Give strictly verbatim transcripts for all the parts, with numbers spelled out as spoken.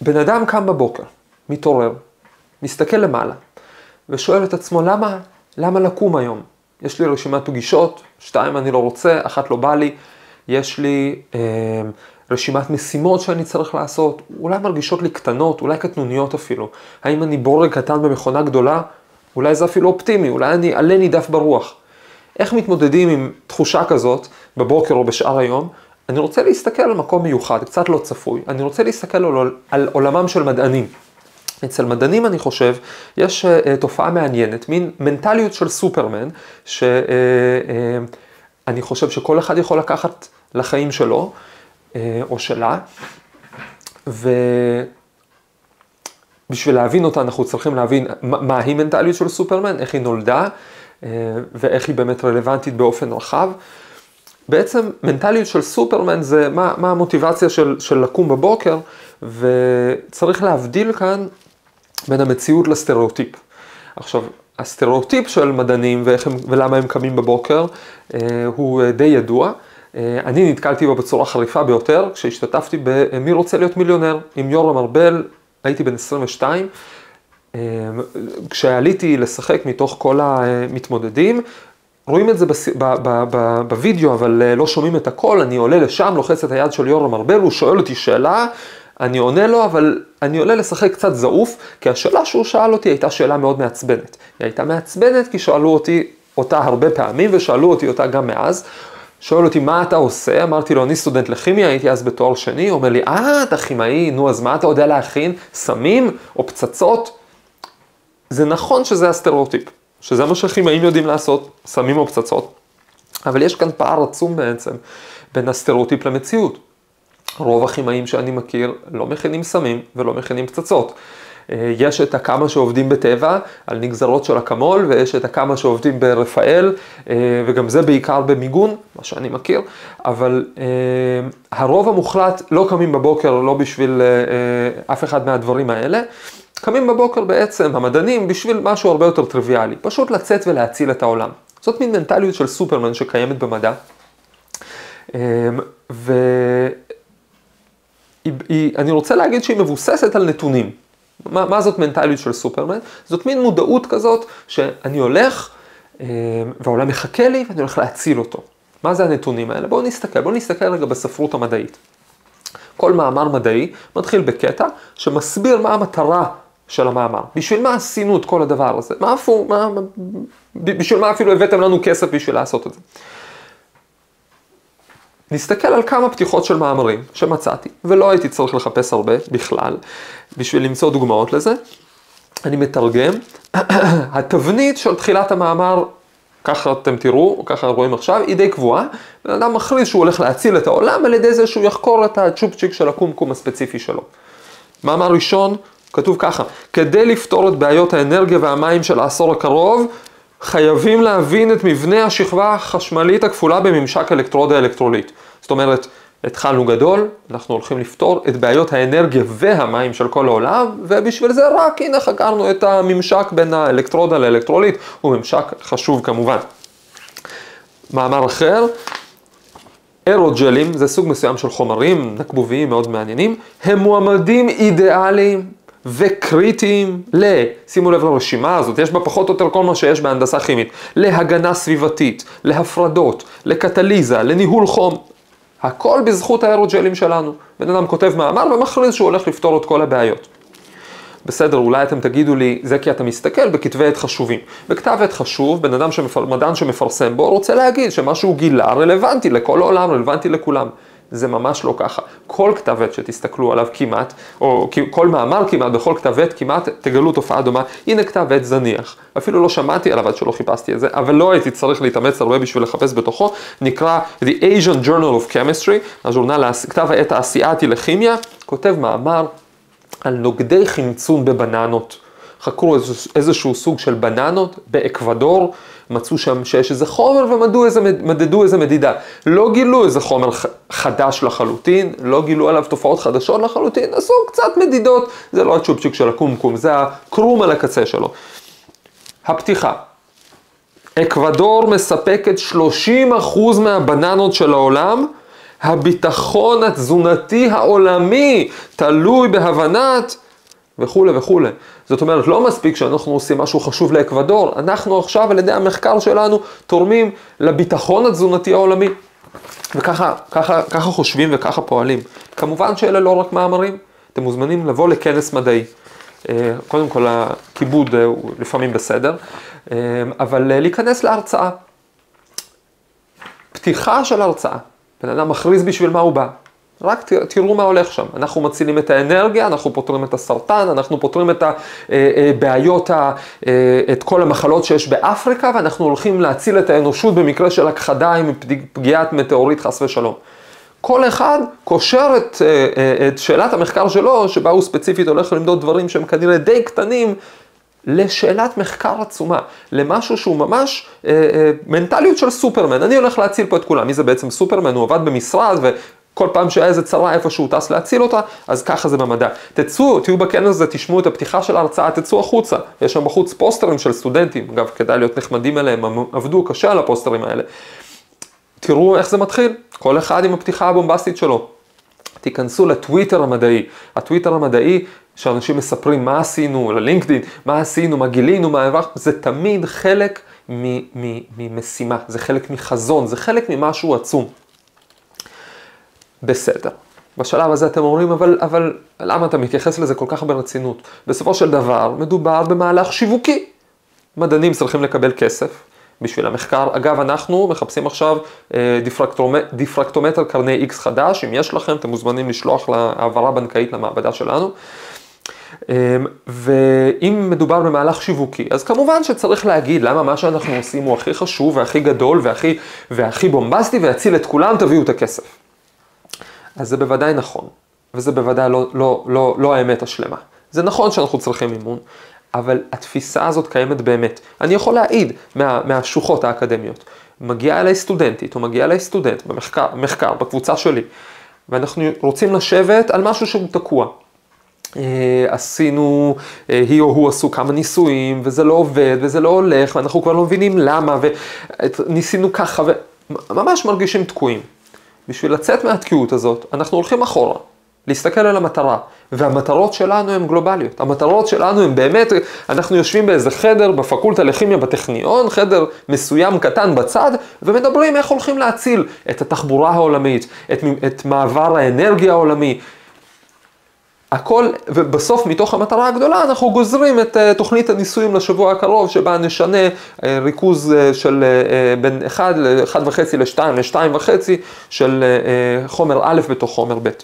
בן אדם קם בבוקר, מתעורר, מסתכל למעלה, ושואל את עצמו, למה, למה לקום היום? יש לי רשימת פגישות, שתיים אני לא רוצה, אחת לא בא לי, יש לי אה, רשימת משימות שאני צריך לעשות, אולי מרגישות לי קטנות, אולי קטנוניות אפילו. האם אני בורג קטן במכונה גדולה? אולי זה אפילו אופטימי, אולי אני עלה נידף ברוח. איך מתמודדים עם תחושה כזאת בבוקר או בשאר היום? אני רוצה להסתכל על מקום מיוחד, קצת לא צפוי. אני רוצה להסתכל על, על עולמם של מדענים. אצל מדענים אני חושב, יש uh, תופעה מעניינת, מין מנטליות של סופרמן, שאני uh, uh, חושב שכל אחד יכול לקחת לחיים שלו, uh, או שלה, ובשביל להבין אותה אנחנו צריכים להבין מה היא מנטליות של סופרמן, איך היא נולדה, uh, ואיך היא באמת רלוונטית באופן רחב. בעצם מנטליות של סופרמן זה מה, מה המוטיבציה של, של לקום בבוקר, וצריך להבדיל כאן בין המציאות לסטריאוטיפ. עכשיו, הסטריאוטיפ של מדענים ואיך הם, ולמה הם קמים בבוקר אה, הוא די ידוע. אה, אני נתקלתי בו בצורה חריפה ביותר כשהשתתפתי במי רוצה להיות מיליונר עם יורם ארבל, הייתי בן עשרים ושתיים. אה, כשעליתי לשחק מתוך כל המתמודדים, רואים את זה בס... ב... ב... ב... בווידאו, אבל לא שומעים את הכל, אני עולה לשם, לוחץ את היד של יורם ארבל, הוא שואל אותי שאלה, אני עונה לו, אבל אני עולה לשחק קצת זעוף, כי השאלה שהוא שאל אותי הייתה שאלה מאוד מעצבנת. היא הייתה מעצבנת כי שאלו אותי אותה הרבה פעמים, ושאלו אותי אותה גם מאז. שואל אותי, מה אתה עושה? אמרתי לו, אני סטודנט לכימיה, הייתי אז בתואר שני, הוא אומר לי, אה, אתה כימאי, נו, אז מה אתה יודע להכין? סמים או פצצות? זה נכון שזה הסטריאוטיפ, שזה מה שכימאים יודעים לעשות, סמים או פצצות, אבל יש כאן פער עצום בעצם בין הסטריאוטיפ למציאות. רוב הכימאים שאני מכיר לא מכינים סמים ולא מכינים פצצות. יש את הכמה שעובדים בטבע על נגזרות של אקמול, ויש את הכמה שעובדים ברפאל, וגם זה בעיקר במיגון, מה שאני מכיר, אבל הרוב המוחלט לא קמים בבוקר לא בשביל אף אחד מהדברים האלה, קמים בבוקר בעצם המדענים בשביל משהו הרבה יותר טריוויאלי, פשוט לצאת ולהציל את העולם. זאת מין מנטליות של סופרמן שקיימת במדע, ואני רוצה להגיד שהיא מבוססת על נתונים. מה, מה זאת מנטליות של סופרמן? זאת מין מודעות כזאת שאני הולך והעולם מחכה לי ואני הולך להציל אותו. מה זה הנתונים האלה? בואו נסתכל, בואו נסתכל רגע בספרות המדעית. כל מאמר מדעי מתחיל בקטע שמסביר מה המטרה של המאמר. בשביל מה עשינו את כל הדבר הזה? מה, מה, בשביל מה אפילו הבאתם לנו כסף בשביל לעשות את זה? נסתכל על כמה פתיחות של מאמרים שמצאתי, ולא הייתי צריך לחפש הרבה בכלל, בשביל למצוא דוגמאות לזה. אני מתרגם, התבנית של תחילת המאמר, ככה אתם תראו, או ככה רואים עכשיו, היא די קבועה. בן אדם מכריז שהוא הולך להציל את העולם, על ידי זה שהוא יחקור את הצ'ופצ'יק של הקומקום הספציפי שלו. מאמר ראשון, כתוב ככה, כדי לפתור את בעיות האנרגיה והמים של העשור הקרוב, חייבים להבין את מבנה השכבה החשמלית הכפולה בממשק אלקטרודה-אלקטרוליט. זאת אומרת, התחלנו גדול, אנחנו הולכים לפתור את בעיות האנרגיה והמים של כל העולם, ובשביל זה רק הנה חקרנו את הממשק בין האלקטרודה לאלקטרוליט, הוא ממשק חשוב כמובן. מאמר אחר, אירוג'לים, זה סוג מסוים של חומרים נקבוביים מאוד מעניינים, הם מועמדים אידיאליים וקריטיים ל, שימו לב לרשימה הזאת, יש בה פחות או יותר כל מה שיש בהנדסה כימית, להגנה סביבתית, להפרדות, לקטליזה, לניהול חום, הכל בזכות האירוג'לים שלנו. בן אדם כותב מאמר ומכריז שהוא הולך לפתור את כל הבעיות. בסדר, אולי אתם תגידו לי, זה כי אתה מסתכל בכתבי עת חשובים. בכתב עת חשוב, בן אדם שמפר, מדען שמפרסם בו, רוצה להגיד שמה שהוא גילה רלוונטי לכל העולם, רלוונטי לכולם. זה ממש לא ככה. כל כתב עת שתסתכלו עליו כמעט, או כל מאמר כמעט, בכל כתב עת כמעט תגלו תופעה דומה. הנה כתב עת זניח. אפילו לא שמעתי עליו עד שלא חיפשתי את זה, אבל לא הייתי צריך להתאמץ הרבה בשביל לחפש בתוכו. נקרא The Asian Journal of Chemistry, הז'ורנל, כתב העת האסייתי לכימיה, כותב מאמר על נוגדי חמצון בבננות. חקרו איזשהו סוג של בננות באקוודור, מצאו שם שיש איזה חומר ומדדו איזה, מדדו איזה מדידה. לא גילו איזה חומר חדש לחלוטין, לא גילו עליו תופעות חדשות לחלוטין, עשו קצת מדידות, זה לא הצ'ופצ'יק של הקומקום, זה הקרום על הקצה שלו. הפתיחה. אקוודור מספקת שלושים אחוז מהבננות של העולם הביטחון התזונתי העולמי תלוי בהבנת וכו' וכו'. זאת אומרת, לא מספיק שאנחנו עושים משהו חשוב לאקוודור, אנחנו עכשיו על ידי המחקר שלנו תורמים לביטחון התזונתי העולמי. וככה ככה, ככה חושבים וככה פועלים. כמובן שאלה לא רק מאמרים, אתם מוזמנים לבוא לכנס מדעי. קודם כל הכיבוד הוא לפעמים בסדר, אבל להיכנס להרצאה. פתיחה של הרצאה, בן אדם מכריז בשביל מה הוא בא. רק תראו מה הולך שם. אנחנו מצילים את האנרגיה, אנחנו פותרים את הסרטן, אנחנו פותרים את הבעיות, את כל המחלות שיש באפריקה, ואנחנו הולכים להציל את האנושות במקרה של הכחדה עם פגיעת מטאורית חס ושלום. כל אחד קושר את, את שאלת המחקר שלו, שבה הוא ספציפית הולך למדוד דברים שהם כנראה די קטנים, לשאלת מחקר עצומה, למשהו שהוא ממש אה, אה, מנטליות של סופרמן. אני הולך להציל פה את כולם. מי זה בעצם סופרמן? הוא עבד במשרד וכל פעם שהיה איזה צרה איפה שהוא טס להציל אותה, אז ככה זה במדע. תצאו, תהיו בכנס הזה, תשמעו את הפתיחה של ההרצאה, תצאו החוצה. יש שם בחוץ פוסטרים של סטודנטים, אגב, כדאי להיות נחמדים אליהם, הם עבדו קשה על הפוסטרים האלה. תראו איך זה מתחיל, כל אחד עם הפתיחה הבומבסטית שלו. תיכנסו לטוויטר המדעי, הטוויטר המדעי שאנשים מספרים מה עשינו, ללינקדין, מה עשינו, מה גילינו, מה העבר, זה תמיד חלק ממשימה, זה חלק מחזון, זה חלק ממשהו עצום. בסדר. בשלב הזה אתם אומרים, אבל, אבל למה אתה מתייחס לזה כל כך ברצינות? בסופו של דבר מדובר במהלך שיווקי. מדענים צריכים לקבל כסף בשביל המחקר. אגב, אנחנו מחפשים עכשיו דיפרקטומטר קרני X חדש. אם יש לכם, אתם מוזמנים לשלוח להעברה בנקאית למעבדה שלנו. ואם מדובר במהלך שיווקי, אז כמובן שצריך להגיד למה מה שאנחנו עושים הוא הכי חשוב והכי גדול והכי, והכי בומבסטי ויציל את כולם, תביאו את הכסף. אז זה בוודאי נכון, וזה בוודאי לא, לא, לא, לא האמת השלמה. זה נכון שאנחנו צריכים מימון, אבל התפיסה הזאת קיימת באמת. אני יכול להעיד מה, מהשוחות האקדמיות. מגיעה אליי סטודנטית, או מגיע אליי סטודנט במחקר, מחקר, בקבוצה שלי, ואנחנו רוצים לשבת על משהו שהוא תקוע. עשינו, היא או הוא עשו כמה ניסויים, וזה לא עובד, וזה לא הולך, ואנחנו כבר לא מבינים למה, וניסינו ככה, וממש מרגישים תקועים. בשביל לצאת מהתקיעות הזאת, אנחנו הולכים אחורה, להסתכל על המטרה, והמטרות שלנו הן גלובליות. המטרות שלנו הן באמת, אנחנו יושבים באיזה חדר בפקולטה לכימיה בטכניון, חדר מסוים קטן בצד, ומדברים איך הולכים להציל את התחבורה העולמית, את, את מעבר האנרגיה העולמי, הכל, ובסוף מתוך המטרה הגדולה אנחנו גוזרים את תוכנית הניסויים לשבוע הקרוב, שבה נשנה ריכוז של בין אחד ל-אחד וחצי ל-שתיים ל-שתיים וחצי של חומר א' בתוך חומר ב'.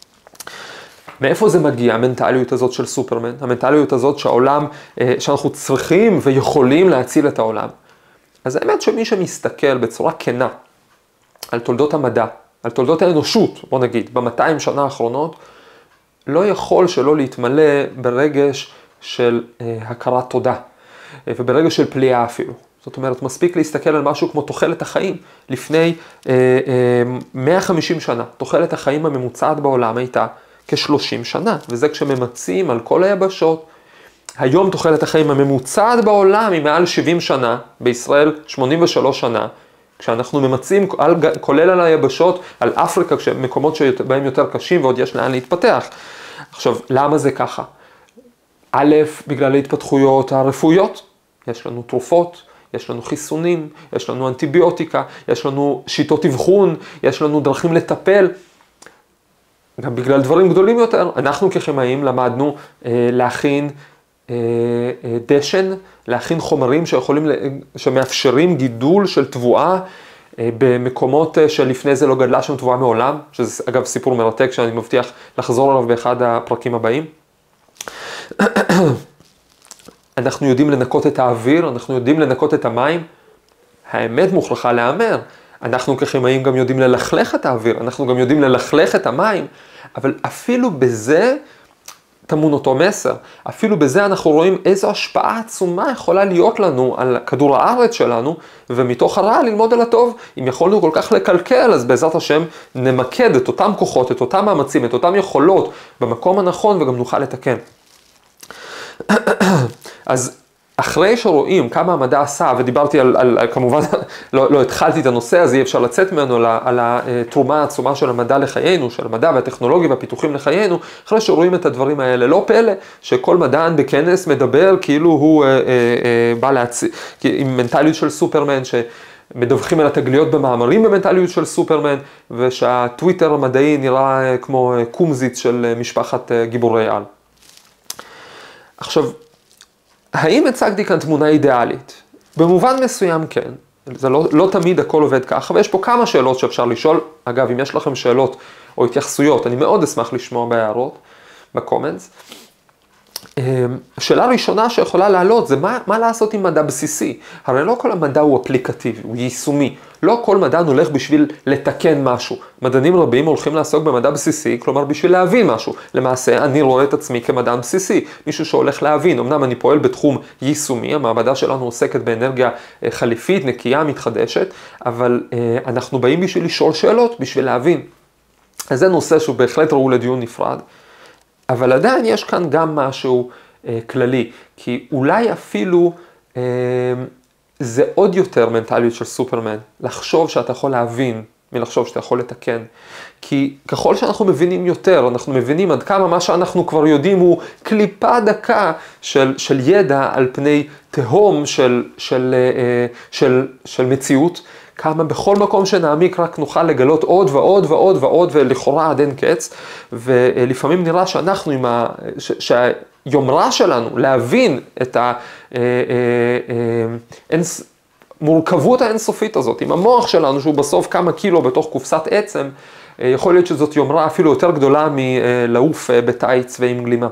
מאיפה זה מגיע, המנטליות הזאת של סופרמן? המנטליות הזאת שהעולם, שאנחנו צריכים ויכולים להציל את העולם. אז האמת שמי שמסתכל בצורה כנה על תולדות המדע, על תולדות האנושות, בוא נגיד, ב-מאתיים שנה האחרונות, לא יכול שלא להתמלא ברגש של אה, הכרת תודה, אה, וברגש של פליאה אפילו. זאת אומרת, מספיק להסתכל על משהו כמו תוחלת החיים. לפני אה, אה, מאה וחמישים שנה, תוחלת החיים הממוצעת בעולם הייתה כ-שלושים שנה, וזה כשממצים על כל היבשות. היום תוחלת החיים הממוצעת בעולם היא מעל שבעים שנה, בישראל שמונים ושלוש שנה, כשאנחנו ממצים, על, כולל על היבשות, על אפריקה, מקומות שבהם יותר קשים ועוד יש לאן להתפתח. עכשיו, למה זה ככה? א', בגלל ההתפתחויות הרפואיות, יש לנו תרופות, יש לנו חיסונים, יש לנו אנטיביוטיקה, יש לנו שיטות אבחון, יש לנו דרכים לטפל. גם בגלל דברים גדולים יותר, אנחנו ככימאים למדנו אה, להכין אה, אה, דשן, להכין חומרים שיכולים, שמאפשרים גידול של תבואה אה, במקומות שלפני זה לא גדלה שם תבואה מעולם, שזה אגב סיפור מרתק שאני מבטיח לחזור עליו באחד הפרקים הבאים. אנחנו יודעים לנקות את האוויר, אנחנו יודעים לנקות את המים. האמת מוכרחה להיאמר, אנחנו ככימאים גם יודעים ללכלך את האוויר, אנחנו גם יודעים ללכלך את המים, אבל אפילו בזה טמון אותו מסר. אפילו בזה אנחנו רואים איזו השפעה עצומה יכולה להיות לנו על כדור הארץ שלנו, ומתוך הרע ללמוד על הטוב. אם יכולנו כל כך לקלקל, אז בעזרת השם נמקד את אותם כוחות, את אותם מאמצים, את אותם יכולות במקום הנכון, וגם נוכל לתקן. אז אחרי שרואים כמה המדע עשה, ודיברתי על, על, על כמובן, לא, לא התחלתי את הנושא, אז אי אפשר לצאת ממנו על, על התרומה העצומה של המדע לחיינו, של המדע והטכנולוגיה והפיתוחים לחיינו, אחרי שרואים את הדברים האלה, לא פלא שכל מדען בכנס מדבר כאילו הוא אה, אה, אה, בא להציג, עם מנטליות של סופרמן, שמדווחים על התגליות במאמרים במנטליות של סופרמן, ושהטוויטר המדעי נראה כמו קומזיץ של משפחת גיבורי על. עכשיו, האם הצגתי כאן תמונה אידיאלית? במובן מסוים כן, זה לא, לא תמיד הכל עובד ככה, ויש פה כמה שאלות שאפשר לשאול. אגב, אם יש לכם שאלות או התייחסויות, אני מאוד אשמח לשמוע בהערות, בקומנטס. השאלה הראשונה שיכולה לעלות זה מה, מה לעשות עם מדע בסיסי. הרי לא כל המדע הוא אפליקטיבי, הוא יישומי. לא כל מדען הולך בשביל לתקן משהו. מדענים רבים הולכים לעסוק במדע בסיסי, כלומר בשביל להבין משהו. למעשה אני רואה את עצמי כמדען בסיסי, מישהו שהולך להבין. אמנם אני פועל בתחום יישומי, המעבדה שלנו עוסקת באנרגיה חליפית, נקייה, מתחדשת, אבל אנחנו באים בשביל לשאול שאלות, בשביל להבין. אז זה נושא שהוא בהחלט ראוי לדיון נפרד. אבל עדיין יש כאן גם משהו אה, כללי, כי אולי אפילו אה, זה עוד יותר מנטליות של סופרמן, לחשוב שאתה יכול להבין, מלחשוב שאתה יכול לתקן. כי ככל שאנחנו מבינים יותר, אנחנו מבינים עד כמה מה שאנחנו כבר יודעים הוא קליפה דקה של, של ידע על פני תהום של, של, אה, של, של מציאות, כמה בכל מקום שנעמיק רק נוכל לגלות עוד ועוד ועוד ועוד ולכאורה עד אין קץ, ולפעמים נראה שאנחנו עם ה... ש... שהיומרה שלנו להבין את המורכבות האינסופית הזאת, עם המוח שלנו שהוא בסוף כמה קילו בתוך קופסת עצם, יכול להיות שזאת יומרה אפילו יותר גדולה מלעוף בטייץ ועם גלימה.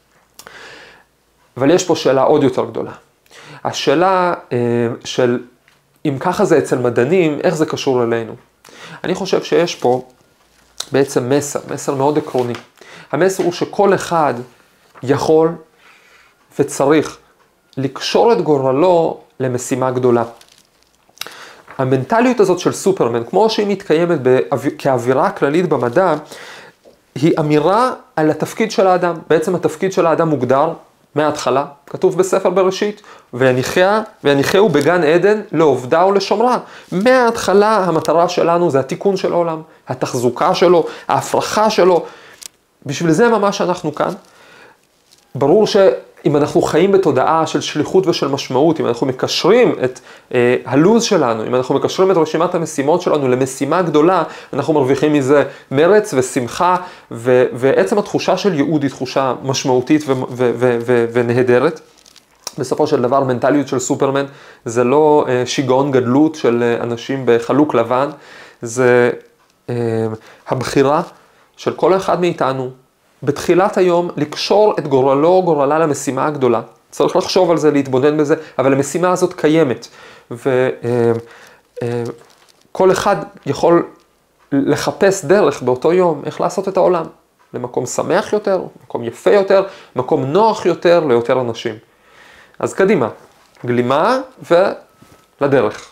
אבל יש פה שאלה עוד יותר גדולה. השאלה של אם ככה זה אצל מדענים, איך זה קשור אלינו? אני חושב שיש פה בעצם מסר, מסר מאוד עקרוני. המסר הוא שכל אחד יכול וצריך לקשור את גורלו למשימה גדולה. המנטליות הזאת של סופרמן, כמו שהיא מתקיימת כאווירה כללית במדע, היא אמירה על התפקיד של האדם. בעצם התפקיד של האדם מוגדר מההתחלה, כתוב בספר בראשית, ויניחיה, ויניחהו בגן עדן לעובדה ולשומרה. מההתחלה המטרה שלנו זה התיקון של העולם, התחזוקה שלו, ההפרחה שלו. בשביל זה ממש אנחנו כאן. ברור שאם אנחנו חיים בתודעה של שליחות ושל משמעות, אם אנחנו מקשרים את אה, הלוז שלנו, אם אנחנו מקשרים את רשימת המשימות שלנו למשימה גדולה, אנחנו מרוויחים מזה מרץ ושמחה, ו- ועצם התחושה של ייעוד היא תחושה משמעותית ו- ו- ו- ו- ונהדרת. בסופו של דבר, מנטליות של סופרמן זה לא אה, שיגעון גדלות של אה, אנשים בחלוק לבן, זה אה, הבחירה של כל אחד מאיתנו, בתחילת היום לקשור את גורלו או גורלה למשימה הגדולה. צריך לחשוב על זה, להתבונן בזה, אבל המשימה הזאת קיימת. וכל אחד יכול לחפש דרך באותו יום, איך לעשות את העולם. למקום שמח יותר, מקום יפה יותר, מקום נוח יותר ליותר אנשים. אז קדימה, גלימה ולדרך.